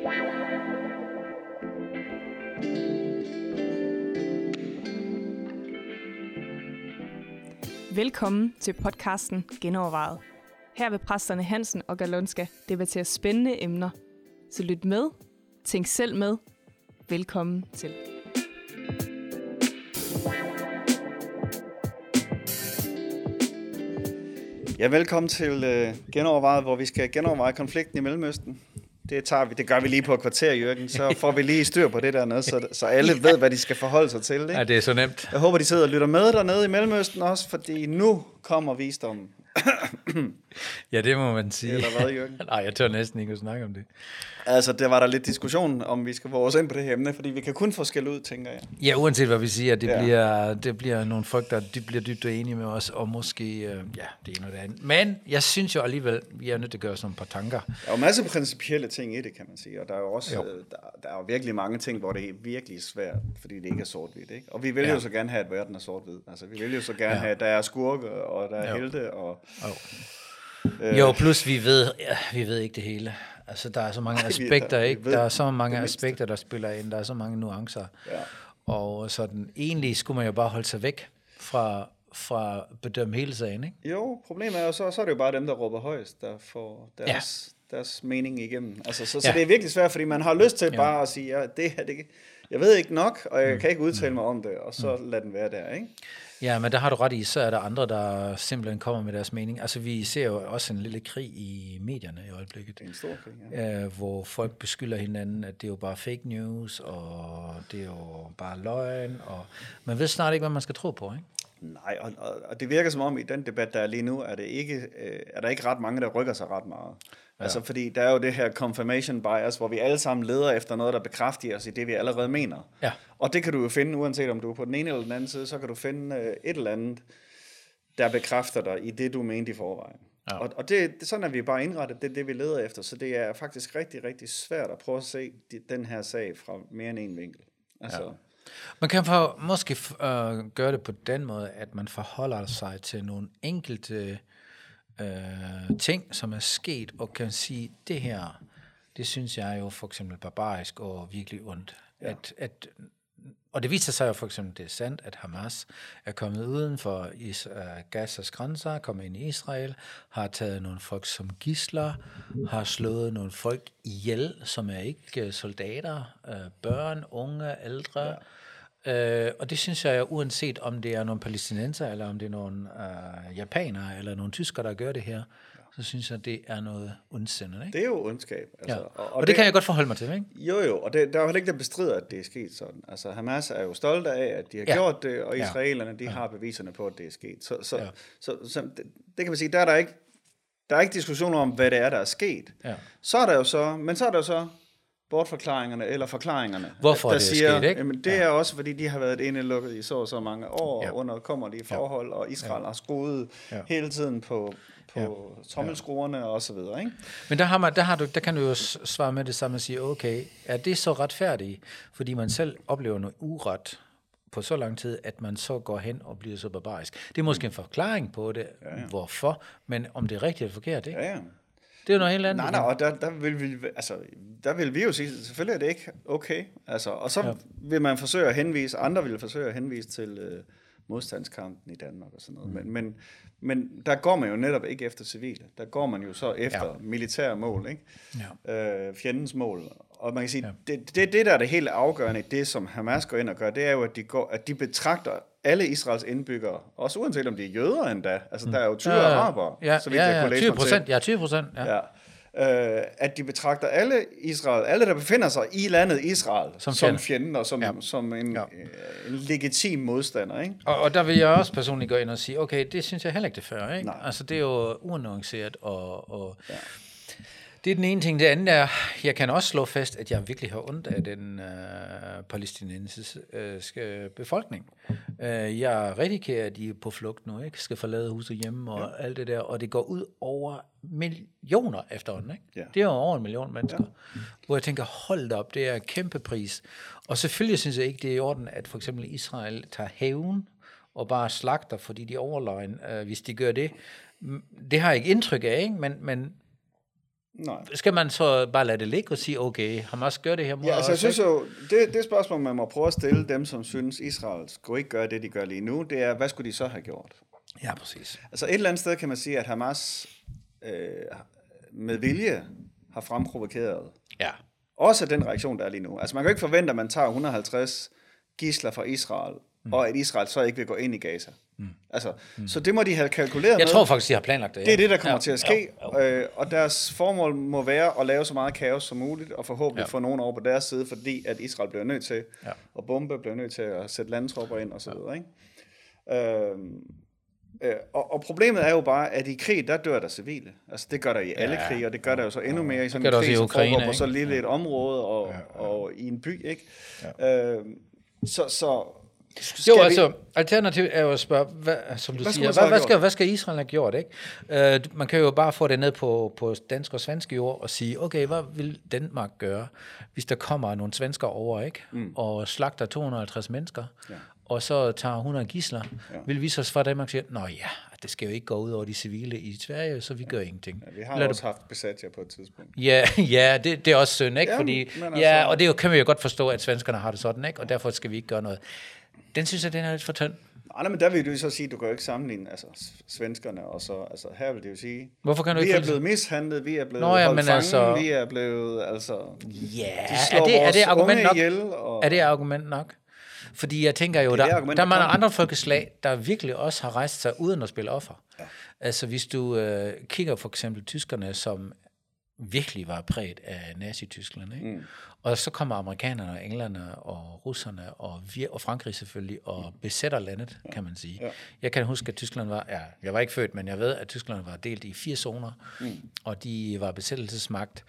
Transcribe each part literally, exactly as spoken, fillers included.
Velkommen til podcasten Genovervejet. Her vil præsterne Hansen og Galonska debattere spændende emner. Så lyt med, tænk selv med. Velkommen til. Ja, velkommen til uh, Genovervejet, hvor vi skal genoverveje konflikten i Mellemøsten. Det, tager vi, det gør vi lige på et kvarter, Jørgen. Så får vi lige styr på det dernede, så, så alle ved, hvad de skal forholde sig til. Ikke? Ja, det er så nemt. Jeg håber, de sidder og lytter med dernede i Mellemøsten også, fordi nu kommer visdommen. Ja, det må man sige. Eller hvad, Jørgen? Nej, jeg tør næsten ikke at snakke om det. Altså, der var der lidt diskussion, om vi skal vores ind på det her emne, fordi vi kan kun få skæld ud, tænker jeg. Ja, uanset hvad vi siger, det, ja. bliver, det bliver nogle folk, der de bliver dybt enige med os, og måske, øh, ja, det ene og det andet. Men jeg synes jo alligevel, vi er nødt til at gøre sådan et par tanker. Der er jo masser af principielle ting i det, kan man sige, og der er jo også, jo. Der, der er jo virkelig mange ting, hvor det er virkelig svært, fordi det ikke er sort-hvidt, ikke? Og vi vil ja. jo så gerne have, at verden er sort-hvid. Altså, vi vil jo så gerne ja. have, at der er skurke, og der er jo. helte, og... Jo. Øh, jo, plus vi ved, ja, vi ved ikke det hele. Altså, der er så mange aspekter, ikke? Der er så mange aspekter, der spiller ind. Der er så mange nuancer. Ja. Og sådan, egentlig skulle man jo bare holde sig væk fra, fra bedømme hele sagen, ikke? Jo, problemet er jo så, så er det jo bare dem, der råber højst, der får deres, ja. deres mening igennem. Altså, så, så ja. det er virkelig svært, fordi man har lyst til ja. bare at sige, ja, det her, det, jeg ved ikke nok, og jeg mm. kan ikke udtale mig om det, og så mm. lad den være der, ikke? Ja, men der har du ret i, så er der andre, der simpelthen kommer med deres mening. Altså, vi ser jo også en lille krig i medierne i øjeblikket. Det er en stor krig, ja. øh, hvor folk beskylder hinanden, at det er jo bare fake news, og det er jo bare løgn, og man ved snart ikke, hvad man skal tro på, ikke? Nej, og, og, og det virker som om, i den debat, der er lige nu, er, det ikke, øh, er der ikke ret mange, der rykker sig ret meget. Ja. Altså, fordi der er jo det her confirmation bias, hvor vi alle sammen leder efter noget, der bekræfter os i det, vi allerede mener. Ja. Og det kan du jo finde, uanset om du er på den ene eller den anden side, så kan du finde øh, et eller andet, der bekræfter dig i det, du mente i forvejen. Ja. Og, og det, sådan er vi bare indrettet, det er det, vi leder efter. Så det er faktisk rigtig, rigtig svært at prøve at se de, den her sag fra mere end en vinkel. Altså... Ja. Man kan for, måske øh, gøre det på den måde, at man forholder sig til nogle enkelte øh, ting, som er sket, og kan sige, det her, det synes jeg er jo for eksempel barbarisk og virkelig ondt. Ja. At, at, og det viser sig jo for eksempel, det er sandt, at Hamas er kommet uden for is, uh, Gazas grænser, kommet ind i Israel, har taget nogle folk som gidsler, har slået nogle folk ihjel, som er ikke soldater, uh, børn, unge, ældre. Ja. Uh, og det synes jeg er uanset om det er nogle palæstinenser, eller om det er nogle uh, japanere, eller nogle tyskere, der gør det her, så synes jeg, det er noget ondsindet, ikke? Det er jo ondskab. Altså, ja. og, og, og det, det kan jeg godt forholde mig til, ikke? Jo, jo, og det, der er jo heller ikke, der bestrider, at det er sket sådan. Altså, Hamas er jo stolte af, at de har ja. gjort det, og israelerne, de ja. har beviserne på, at det er sket. Så, så, ja. så, så, så det, det kan man sige, der er der ikke, der er ikke diskussioner om, hvad det er, der er sket. Ja. Så er der jo så, men så er der jo så bortforklaringerne eller forklaringerne. Hvorfor der det er siger, sket, ikke? Jamen, det ja. er også, fordi de har været indelukket i så og så mange år, ja. under kommerlige forhold, og Israel ja. har skruet ja. hele tiden på... på ja. tommelskruerne ja. og så videre, ikke? Men der, har man, der, har du, der kan du jo svare med det samme og sige, okay, er det så retfærdigt, fordi man selv oplever noget uret på så lang tid, at man så går hen og bliver så barbarisk. Det er måske en forklaring på det, ja, ja. hvorfor, men om det er rigtigt eller forkert, ikke? Ja, ja. Det er jo noget helt andet. Nej, nej, og der, der, vil vi, altså, der vil vi jo sige, selvfølgelig er det ikke okay. Altså, og så ja. vil man forsøge at henvise, andre vil forsøge at henvise til øh, modstandskampen i Danmark og sådan noget. Mm. Men, men, men der går man jo netop ikke efter civile. Der går man jo så efter ja. militære mål, ikke? Ja. Øh, fjendens mål. Og man kan sige, ja. det, det, det der er det helt afgørende, det som Hamas går ind og gør, det er jo, at de, går, at de betragter alle Israels indbyggere, også uanset om de er jøder endda, altså mm. der er jo tyve ja, arabere, ja, så vidt ja, jeg kunne læse tyve procent, ja, tyve procent, ja. ja. Uh, at de betragter alle Israel, alle der befinder sig i landet Israel, som, som fjende og som, ja. som en, ja. en legitim modstander, ikke? Og, og der vil jeg også personligt gå ind og sige, okay, det synes jeg heller ikke det før, ikke? Nej. Altså det er jo uannonceret og... og ja. Det er den ene ting. Det andet er, jeg kan også slå fast, at jeg virkelig har ondt af den øh, palæstinensiske befolkning. Øh, jeg er rigtig ked af, at de er på flugt nu, ikke? Skal forlade huset hjemme og ja. alt det der, og det går ud over millioner efterhånden, ikke? Ja. Det er jo over en million mennesker. Ja. Hvor jeg tænker, hold da op, det er en kæmpe pris. Og selvfølgelig synes jeg ikke, det er i orden, at for eksempel Israel tager hævn og bare slagter, fordi de er overlegen, øh, hvis de gør det. Det har jeg ikke indtryk af, ikke? Men, men Nej. Skal man så bare lade det ligge og sige, okay, Hamas gør det her? Ja, altså jeg synes jo, det, det spørgsmål, man må prøve at stille dem, som synes, Israel skulle ikke gøre det, de gør lige nu, det er, hvad skulle de så have gjort? Ja, præcis. Altså et eller andet sted kan man sige, at Hamas øh, med vilje har fremprovokeret ja. også den reaktion, der er lige nu. Altså man kan ikke forvente, at man tager et hundrede og halvtreds gidsler fra Israel, mm. og at Israel så ikke vil gå ind i Gaza. Mm. Altså, mm. Så det må de have kalkuleret Jeg med. tror faktisk, de har planlagt det. Ja. Det er det, der kommer ja. til at ske, ja. Ja. Øh, og deres formål må være at lave så meget kaos som muligt, og forhåbentlig ja. få nogen over på deres side, fordi at Israel bliver nødt til ja. at bombe, bliver nødt til at sætte landtropper ind, og så videre. Ikke? Øh, øh, og, og problemet er jo bare, at i krig, der dør der civile. Altså det gør der i alle ja. krige, og det gør der jo så endnu mere i sådan en krig, som foregår på så lille et område, og, ja. og, og i en by, ikke? Ja. Øh, så... så jo, altså, alternativet er jo at spørge, hvad, som du hvad siger, hvad, hvad, skal, hvad skal Israel have gjort, ikke? Uh, man kan jo bare få det ned på, på dansk og svensk jord og sige, okay, hvad vil Danmark gøre, hvis der kommer nogle svensker over, ikke? Mm. Og slagter to hundrede og halvtreds mennesker, ja. og så tager hundrede gidsler, ja. vil vi så fra Danmark sige, nå ja, det skal jo ikke gå ud over de civile i Sverige, så vi ja. gør ingenting. Ja, vi har Lad også du... haft besat jer på et tidspunkt. Ja, ja det, det er også synd, ikke? Ja, Fordi, altså... ja, og det jo, kan vi jo godt forstå, at svenskerne har det sådan, ikke? Og derfor skal vi ikke gøre noget. Den synes jeg, den er lidt for tynd. Nej, nej, men der vil du så sige, du kan jo ikke sammenligne altså, svenskerne, og så, altså her vil det jo sige, hvorfor kan du vi ikke er blevet mishandlet, vi er blevet Nå, ja, holdt fangen, altså... vi er blevet, altså, ja, de slår er det, vores er det argument nok? ihjel. Og... Er det argument nok? Fordi jeg tænker jo, der, der, der er mange andre folkeslag, der virkelig også har rejst sig uden at spille offer. Ja. Altså hvis du øh, kigger for eksempel tyskerne, som virkelig var præget af Nazi-Tyskland, ikke? Mm. Og så kommer amerikanerne og englænderne og russerne og, vi- og Frankrig selvfølgelig og besætter landet, kan man sige. Ja. Jeg kan huske, at Tyskland var, ja, jeg var ikke født, men jeg ved, at Tyskland var delt i fire zoner, mm. og de var besættelsesmagt,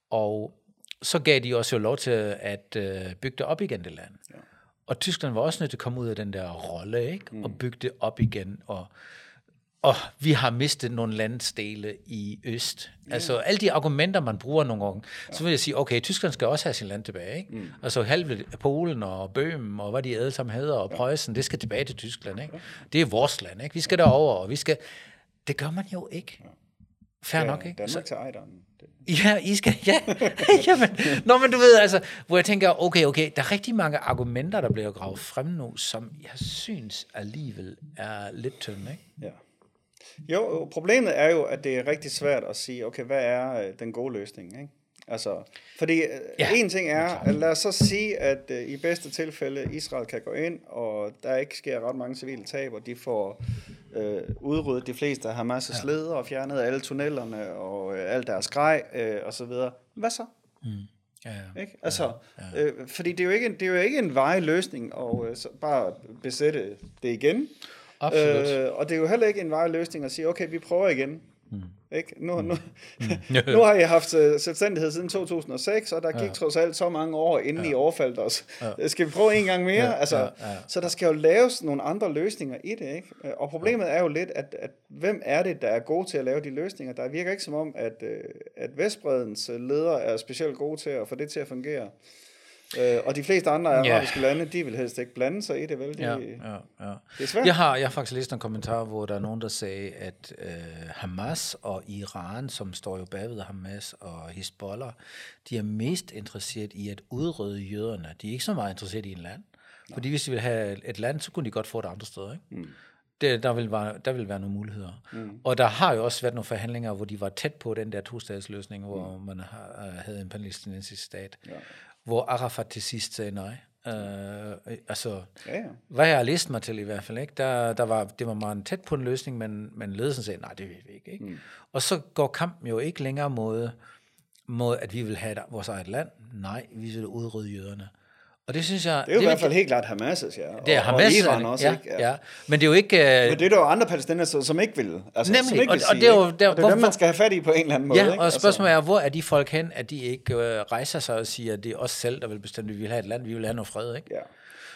og så gav de også jo lov til at øh, bygge det op igen, det land. Ja. Og Tyskland var også nødt til at komme ud af den der rolle, ikke? Mm. Og bygge det op igen, og Og vi har mistet nogle landsdele i øst. Yeah. Altså alle de argumenter, man bruger nogle gange, ja. så vil jeg sige, okay, Tyskland skal også have sin land tilbage. Ikke? Mm. Altså halve Polen og Bøhmen og hvad de alle sammen hedder, og Preussen, det skal tilbage til Tyskland. Ikke? Ja. Det er vores land. Ikke? Vi skal derover, og vi skal... Det gør man jo ikke. Ja. Fair ja, nok, ikke? Danmark til Ejderen. Ja, I skal... Ja. Jamen, nå, men du ved, altså... Hvor jeg tænker, okay, okay, der er rigtig mange argumenter, der bliver gravet frem nu, som jeg synes alligevel er lidt tynde, ikke? Ja. Jo, problemet er jo, at det er rigtig svært at sige, okay, hvad er øh, den gode løsning, ikke? Altså, fordi ja. en ting er, at lad os så sige, at øh, i bedste tilfælde Israel kan gå ind, og der ikke sker ret mange civile tab, og de får øh, udryddet de fleste af Hamas' ja. ledere og fjernet alle tunnelerne og øh, alt deres grej øh, og så videre. Hvad så? Mm. Ja, ja. Ikke? Altså, ja, ja. Øh, fordi det er jo ikke, det er jo ikke en varig løsning at øh, så bare besætte det igen. Øh, og det er jo heller ikke en varig løsning at sige, okay, vi prøver igen. Mm. Ikke? Nu, nu, mm. nu har jeg haft uh, selvstændighed siden to tusind og seks, og der gik ja. trods alt så mange år, inden ja. I overfaldt os. Ja. Skal vi prøve en gang mere? Ja. Altså, ja. Ja. Så der skal jo laves nogle andre løsninger i det. Ikke? Og problemet ja. er jo lidt, at, at hvem er det, der er gode til at lave de løsninger? Der virker ikke som om, at, at Vestbredens ledere er specielt gode til at få det til at fungere. Øh, og de fleste andre arabiske yeah. lande, de vil helst ikke blande sig i det, vel? De, ja, ja, ja. Det er svært. Jeg har, jeg har faktisk læst en kommentar, hvor der er nogen, der sagde, at øh, Hamas og Iran, som står jo bagved Hamas og Hezbollah, de er mest interesseret i at udrydde jøderne. De er ikke så meget interesseret i en land. Nå. Fordi hvis de vil have et land, så kunne de godt få det andre steder, ikke? Mm. Det, der, vil være, der vil være nogle muligheder. Mm. Og der har jo også været nogle forhandlinger, hvor de var tæt på den der to-statsløsning, hvor mm. man har, havde en palæstinensisk stat. Ja. Hvor Arafat til sidst sagde nej. Uh, altså, ja, ja. Hvad jeg har læst mig til i hvert fald, ikke? Der, der var, det var meget tæt på en løsning, men, men ledelsen sagde, nej, det vil vi ikke. ikke? Mm. Og så går kampen jo ikke længere mod, mod, at vi vil have vores eget land. Nej, vi vil udrydde jøderne. Og det synes jeg... Det er jo det i hvert fald helt klart Hamas' ja. Det er Hamas, og Iran også, ja, ikke? Ja. ja. Men det er jo ikke... Uh... Men det er der jo andre palæstinenser, som ikke vil. Altså, Nemlig, som ikke vil og, og det er jo... Det er hvor, dem, man skal have fat i på en eller anden måde. Ja, ikke? og spørgsmålet er, hvor er de folk hen, at de ikke uh, rejser sig og siger, at det er os selv, der vil bestemme, at vi vil have et land, vi vil have noget fred, ikke? Ja.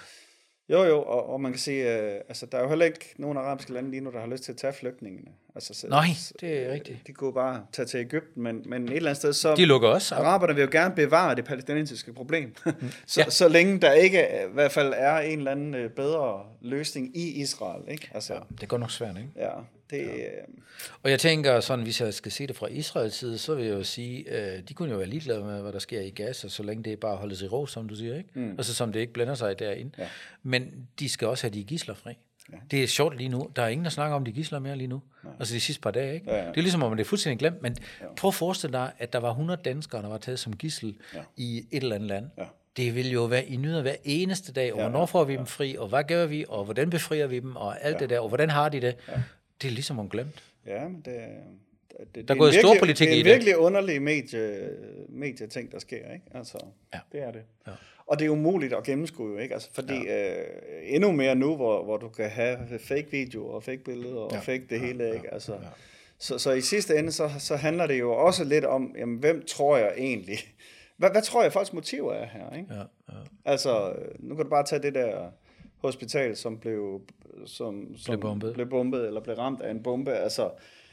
Jo, jo, og, og man kan sige, øh, altså der er jo heller ikke nogen arabiske lande lige nu, der har lyst til at tage flygtningene. Altså, så, Nej, det er rigtigt. De kunne bare tage til Egypten, men, men et eller andet sted, så... De lukker også. Araberne vil jo gerne bevare det palæstinensiske problem. så, ja. så længe der ikke i hvert fald er en eller anden bedre løsning i Israel, ikke? Altså, ja, det går nok svært, ikke? Ja, Det, ja. øh... Og jeg tænker sådan, hvis jeg skal se det fra Israels side, så vil jeg jo sige, øh, de kunne jo være ligeglade med, hvad der sker i Gaza, så længe det bare holdes i ro, som du siger, ikke? Mm. Altså som det ikke blænder sig derinde. Ja. Men de skal også have de gidsler fri. Ja. Det er sjovt lige nu. Der er ingen, der snakker om de gidsler mere lige nu. Ja. Altså de sidste par dage, ikke? Ja, ja. Det er ligesom, om det er fuldstændig glemt, men ja. Prøv at forestille dig, at der var hundrede danskere, der var taget som gidsel ja. i et eller andet land. Ja. Det vil jo være i nyder hver eneste dag, og ja, hvornår får vi ja. dem fri, og hvad gør vi, og hvordan befrier vi dem, og alt ja. det der, og hvordan har de det? Ja. Det er ligesom om glemt. Ja, men det, det, det, der går stor politik i det. Det er en virkelig underlig medie, medieting, der sker, ikke? Altså, ja. det er det. Ja. Og det er umuligt at gennemskue, jo, ikke? Altså, fordi ja. øh, endnu mere nu, hvor, hvor du kan have fake videoer og fake billeder og ja. fake det hele, ja. ikke? Altså, ja. så, så i sidste ende, så, så handler det jo også lidt om, jamen, hvem tror jeg egentlig? Hvad, hvad tror jeg, folks motiver er her, ikke? Ja. Ja. Altså, nu kan du bare tage det der hospital, som blev, som, som blev, bombet. blev bombet, eller blev ramt af en bombe. Altså,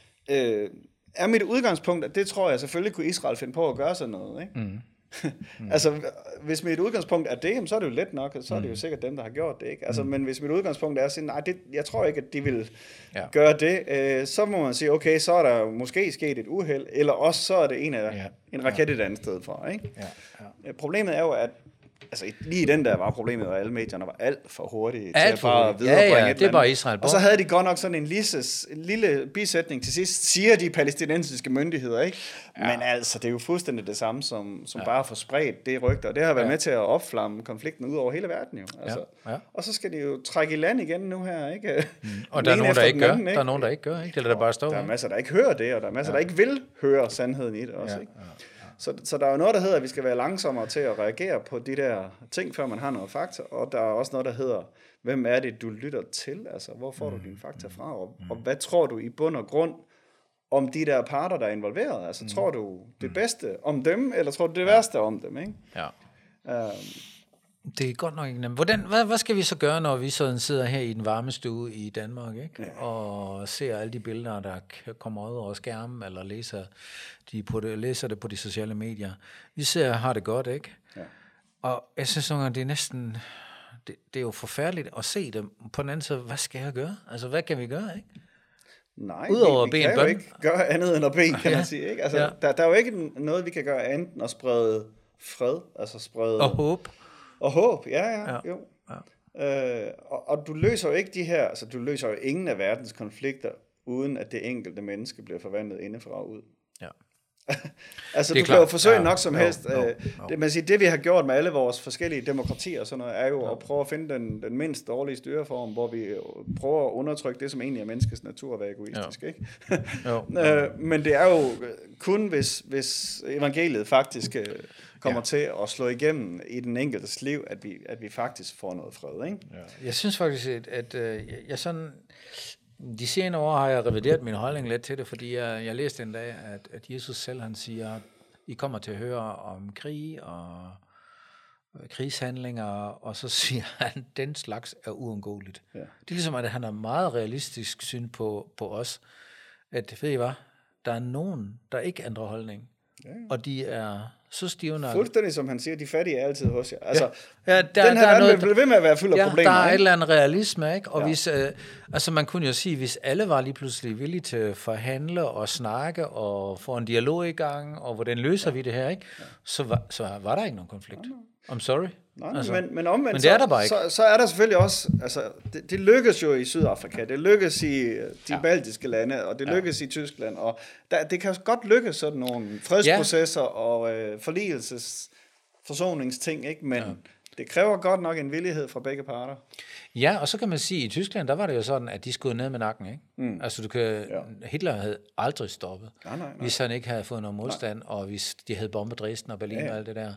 øh, er mit udgangspunkt, at det tror jeg selvfølgelig kunne Israel finde på at gøre sådan noget, ikke? Mm. Mm. Altså, hvis mit udgangspunkt er det, så er det jo let nok, så er det jo sikkert dem, der har gjort det, ikke? Altså, mm. men hvis mit udgangspunkt er at sige, nej, det, jeg tror ikke, at de vil ja. gøre det, øh, så må man sige, okay, så er der måske sket et uheld, eller også så er det en, af, ja. en raket ja. et andet sted fra, ikke? Ja. Ja. Problemet er jo, at altså lige den der var problemet, og alle medierne var alt for hurtige alt til at bare viderebringe ja, ja, det er bare Israel. Og så havde de godt nok sådan en lille, en lille bisætning til sidst, siger de palæstinensiske myndigheder, ikke? Ja. Men altså, det er jo fuldstændig det samme, som, som ja. bare får spredt det rygter, og det har været ja. med til at opflamme konflikten ud over hele verden, jo. Altså, ja. Ja. Og så skal de jo trække i land igen nu her, ikke? Mm. Og der er, nogen, der ikke gør. Anden, ikke? der er nogen, der ikke gør, ikke? Eller der bare står. Der er masser, der ikke hører det, og der er masser, ja. der ikke vil høre sandheden i det også, ja. ikke? Ja. Så, så der er jo noget, der hedder, at vi skal være langsommere til at reagere på de der ting, før man har noget fakta, og der er også noget, der hedder, hvem er det, du lytter til? Altså, hvor får du dine fakta fra? Og, og hvad tror du i bund og grund om de der parter, der er involveret? Altså, tror du det bedste om dem, eller tror du det værste om dem, ikke? Ja. Um, Det er godt nok ikke nemt. Hvordan, hvad, hvad skal vi så gøre, når vi sådan sidder her i den varme stue i Danmark, ikke? Ja. Og ser alle de billeder, der kommer ud over skærmen, eller læser, de på det, læser det på de sociale medier? Vi ser, har det godt, ikke? Ja. Og jeg synes nogle gange, det er næsten, det, det er jo forfærdeligt at se dem. På den anden side, hvad skal jeg gøre? Altså, hvad kan vi gøre, ikke? Nej, Udover vi, vi kan bøn. jo ikke gøre andet end at bede, kan ja. man sige, ikke? Altså, ja. der, der er jo ikke noget, vi kan gøre andet end at sprede fred, altså sprede... Og håb. Og håb, ja, ja, ja. jo. Ja. Øh, og, og du løser jo ikke de her, altså du løser jo ingen af verdens konflikter, uden at det enkelte menneske bliver forvandlet indefra og ud. Ja. altså du klart. kan jo forsøge ja. nok som helst. No, no, no. Det, man siger, det vi har gjort med alle vores forskellige demokratier og sådan noget, er jo no. at prøve at finde den, den mindst dårlige styreform, hvor vi prøver at undertrykke det, som egentlig er menneskets natur at være egoistisk. Ja. Ikke? jo. øh, men det er jo kun, hvis, hvis evangeliet faktisk kommer ja. til at slå igennem i den enkeltes liv, at vi, at vi faktisk får noget fred. Ikke? Ja. Jeg synes faktisk, at, at, at jeg sådan... De senere år har jeg revideret min holdning lidt til det, fordi jeg, jeg læste en dag, at, at Jesus selv han siger, at I kommer til at høre om krig og krigshandlinger, og så siger han, at den slags er uundgåeligt. Ja. Det er ligesom, at han har meget realistisk syn på, på os, at ved I hvad, der er nogen, der ikke ændrer holdning, ja. og de er så stivende. Fuldstændig som han siger, de fattige er altid hos jer. Altså, ja. Ja, der, den her verden bliver ved med at være fuld af ja, problemer. Der er ikke? et eller andet realisme, ikke? Og ja. hvis, øh, altså man kunne jo sige, hvis alle var lige pludselig villige til at forhandle og snakke og få en dialog i gang, og hvordan løser ja. vi det her, ikke? Ja. Så, var, så var der ikke nogen konflikt. I'm sorry. Nej, altså, men, men omvendt, men det er der bare ikke. Så, så er der selvfølgelig også, altså, det, det lykkes jo i Sydafrika, det lykkes i de ja. baltiske lande, og det lykkes ja. i Tyskland, og der, det kan godt lykkes sådan nogle fredsprocesser ja. og øh, forligelses, forsoningsting, ikke? Men ja. det kræver godt nok en villighed fra begge parter. Ja, og så kan man sige, at i Tyskland, der var det jo sådan, at de skulle ned med nakken, ikke? Mm. Altså, du kan, ja. Hitler havde aldrig stoppet, nej, nej, nej. hvis han ikke havde fået noget modstand, nej. og hvis de havde bombet Dresden og Berlin ja, ja. og alt det der,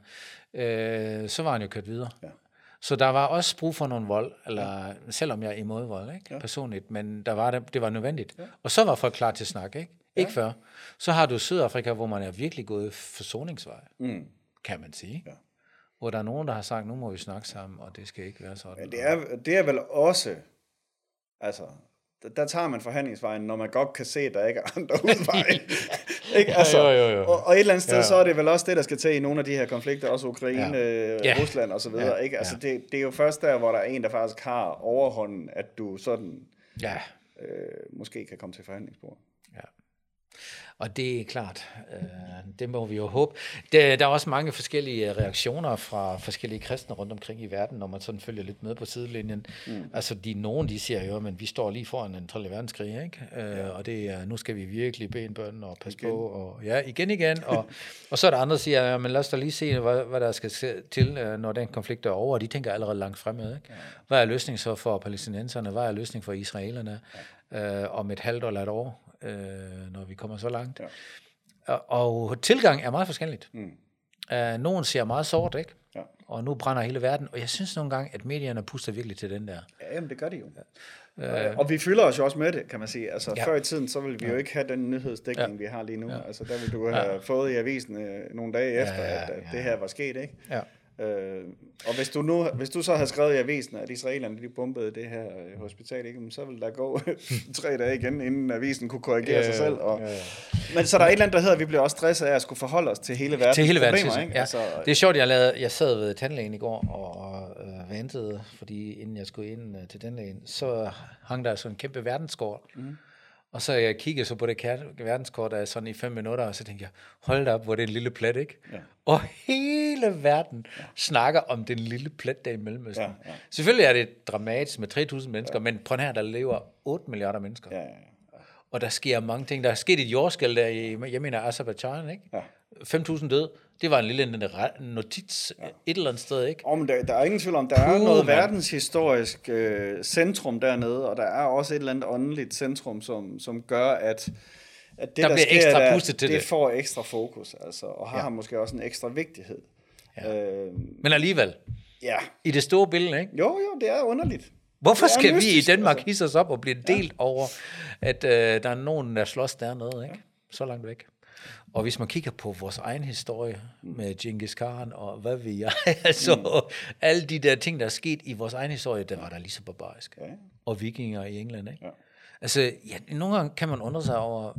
øh, så var han jo kørt videre. Ja. Så der var også brug for nogle vold, eller, ja. selvom jeg er imod vold, ikke? Ja. personligt, men der var det, det var nødvendigt. Ja. Og så var folk klar til at snakke, ikke? Ja. Ikke før. Så har du Sydafrika, hvor man er virkelig gået forsoningsvej, mm. kan man sige. Ja. Hvor der er nogen, der har sagt, nu må vi snakke sammen, og det skal ikke være sådan. Men det er, det er vel også, altså, der, der tager man forhandlingsvejen, når man godt kan se, at der ikke er andre udveje. ikke? Altså, jo, jo, jo. Og, og et eller andet sted, ja. så er det vel også det, der skal til i nogle af de her konflikter, også Ukraine, ja. Ja. Rusland og så videre. Ja. Ikke? Altså, ja. det, det er jo først der, hvor der er en, der faktisk har overhånden, at du sådan... Ja. øh, måske kan komme til forhandlingsbordet. Ja. Og det er klart, øh, det må vi jo håbe. Der, der er også mange forskellige reaktioner fra forskellige kristne rundt omkring i verden, når man sådan følger lidt med på sidelinjen. Mm. Altså, de, nogen de siger jo, men vi står lige foran en tredje verdenskrig, ikke? Øh, ja. Og det er, nu skal vi virkelig bede en bøn og passe igen. på. Og, ja, igen igen. Og, og så er der andre, der siger, ja, men lad os da lige se, hvad, hvad der skal til, når den konflikt er over. Og de tænker allerede langt fremad, ikke? Ja. Hvad er løsningen så for palæstinenserne? Hvad er løsningen for israelerne ja. øh, om et halvt eller et år? Øh, når vi kommer så langt. Ja. Og, og tilgang er meget forskelligt. Mm. Uh, nogen ser meget sort, ikke? Ja. Og nu brænder hele verden. Og jeg synes nogle gange, at medierne puster virkelig til den der. Ja, jamen det gør de jo. Ja. Uh, og vi fylder os jo også med det, kan man sige. Altså ja. Før i tiden, så ville vi ja. jo ikke have den nyhedsdækning, ja. vi har lige nu. Ja. Altså der ville du have ja. fået i avisen uh, nogle dage efter, ja, ja, ja. at uh, det her var sket, ikke? Ja. Øh, og hvis du nu hvis du så havde skrevet i avisen, at israelerne de bombede det her øh, hospital, ikke, så ville der gå tre dage igen, inden avisen kunne korrigere ja, sig selv. Og, ja, ja. Men så der er et eller andet, der hedder, at vi bliver også stresset af at skulle forholde os til hele verdens til hele problemer. Verdens, ikke? Ja. Altså, det er sjovt, jeg, lavede, jeg sad ved tandlægen i går og øh, ventede, fordi inden jeg skulle ind øh, til tandlægen, så hang der sådan en kæmpe verdenskort. Mm. Og så jeg kiggede så på det verdenskort der sådan i fem minutter, og så tænkte jeg, hold da op, hvor det er en lille plet, ikke? Ja. Og hele verden ja. snakker om den lille plet der i Mellemøsten. Ja, ja. Selvfølgelig er det dramatisk med tre tusind mennesker, ja. men prøv her, der lever otte milliarder mennesker. Ja, ja, ja. Og der sker mange ting. Der er sket et jordskælv der i, jeg mener, Azerbaijan, ikke? Ja. fem tusind døde. Det var en lille notits ja. et eller andet sted, ikke? Oh, men der, der er ingen tvivl om, der Puh, er noget man. verdenshistorisk øh, centrum dernede, og der er også et eller andet åndeligt centrum, som, som gør, at, at det, der, der sker, ekstra der, det, det får ekstra fokus, altså, og har ja. måske også en ekstra vigtighed. Ja. Øh, men alligevel, ja. i det store billede, ikke? Jo, jo, det er underligt. Hvorfor skal mystisk, vi i Danmark altså. hisse os op og blive delt ja. over, at øh, der er nogen, der slås dernede, ikke? Ja. Så langt væk. Og hvis man kigger på vores egen historie med Genghis Khan og hvad ved jeg, altså mm. alle de der ting, der er sket i vores egen historie, der var der lige så barbarisk. Ja. Og vikinger i England, ikke? Ja. Altså, ja, nogle gange kan man undre sig over,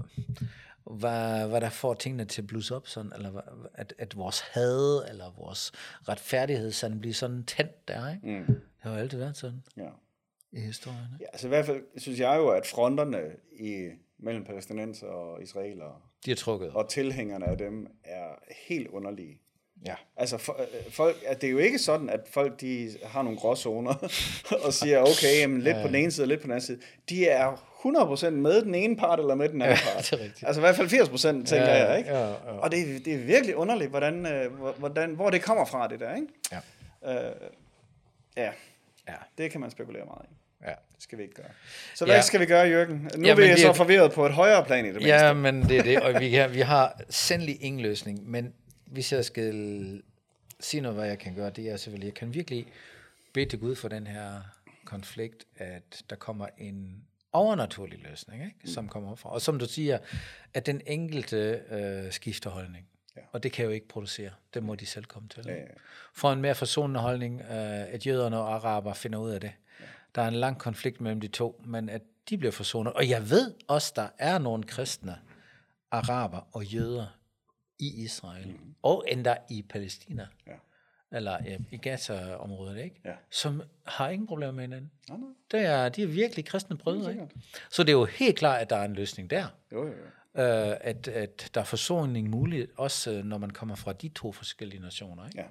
hvad, hvad der får tingene til at blusse op sådan, eller at, at vores had eller vores retfærdighed sådan bliver sådan tændt der, ikke? Mm. Det har jo altid været sådan ja. i historien. Ikke? Ja, altså i hvert fald synes jeg jo, at fronterne i mellem palæstinenser og israelere, de er trukket. Og tilhængerne af dem er helt underlige. Ja. Altså for, folk, at det er jo ikke sådan, at folk de har nogle gråzoner og siger, okay, jamen, lidt ja, ja. på den ene side og lidt på den anden side. De er hundrede procent med den ene part eller med den anden ja, part. Altså i hvert fald firs procent, tænker ja, jeg, ikke? Ja, ja. Og det, det er virkelig underligt, hvordan, hvordan, hvor det kommer fra, det der, ikke? Ja. Uh, ja. ja. Det kan man spekulere meget i. Ja. Det skal vi ikke gøre. Så hvad ja. skal vi gøre, Jørgen? Nu ja, er vi så forvirret på et højere plan i det mindste. Ja, men det er det, og vi, har, vi har sandelig ingen løsning, men hvis jeg skal sige noget, hvad jeg kan gøre, det er selvfølgelig, jeg kan virkelig bede til Gud for den her konflikt, at der kommer en overnaturlig løsning, ikke? Mm. som kommer op fra. Og som du siger, at den enkelte øh, skifter holdning. Ja. Og det kan jo ikke producere. Det må de selv komme til. Ja, ja. For en mere forsonende holdning, øh, at jøderne og araber finder ud af det. Ja. Der er en lang konflikt mellem de to, men at de bliver forsonet. Og jeg ved også, der er nogle kristne, araber og jøder i Israel, mm. og endda i Palæstina, ja. eller ja, i Gaza-området, ikke? Ja. Som har ingen problemer med hinanden. Ja, det er, de er virkelig kristne brødre, ikke? Så det er jo helt klart, at der er en løsning der. Jo, jo, jo. Uh, at, at der er forsoning muligt, også uh, når man kommer fra de to forskellige nationer, ikke? Ja.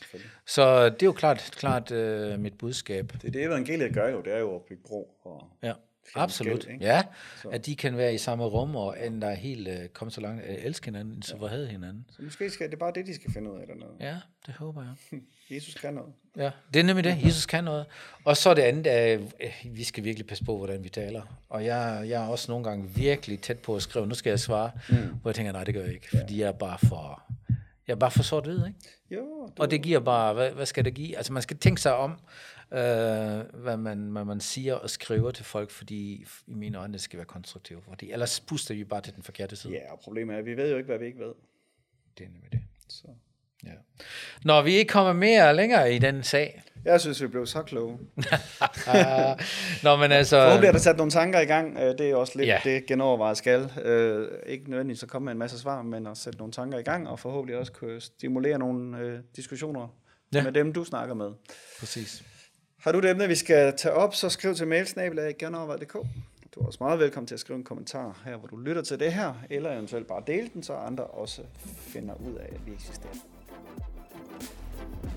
Så det er jo klart, klart uh, mit budskab. Det er det, evangeliet gør jo, det er jo at bygge bro. Og ja, absolut. Gæld, ja, så. At de kan være i samme rum, og end der er helt uh, kommet så langt, uh, elske hinanden, så ja. forhade hinanden. Så måske skal det bare det, de skal finde ud af dernede. Ja, det håber jeg. Jesus kan noget. Ja, det er nemlig det. Jesus kan noget. Og så det andet, at uh, vi skal virkelig passe på, hvordan vi taler. Og jeg, jeg er også nogle gange virkelig tæt på at skrive, nu skal jeg svare, mm. hvor jeg tænker, nej, det gør jeg ikke, ja. fordi jeg er bare for... Jeg er bare for sort-hvid, ikke? Jo, du... Og det giver bare, hvad, hvad skal det give? Altså man skal tænke sig om, øh, hvad, man, hvad man siger og skriver til folk, fordi i mine øjne, det skal være konstruktivt. Fordi ellers puster vi bare til den forkerte side. Ja, og problemet er, at vi ved jo ikke, hvad vi ikke ved. Det er nemlig det. Så. Ja. Når vi ikke kommer mere længere i den sag. Jeg synes, vi blev så kloge. Nå, men altså... Forhåbentlig er der sat nogle tanker i gang. Det er også lidt ja. det genovervejet skal. Uh, ikke nødvendigvis at komme med en masse svar, men at sætte nogle tanker i gang, og forhåbentlig også kunne stimulere nogle uh, diskussioner ja. med dem, du snakker med. Præcis. Har du et emne, vi skal tage op, så skriv til mailsnabelag genovervejet punktum d k. Du er også meget velkommen til at skrive en kommentar her, hvor du lytter til det her, eller eventuelt bare dele den, så andre også finder ud af, at vi eksisterer.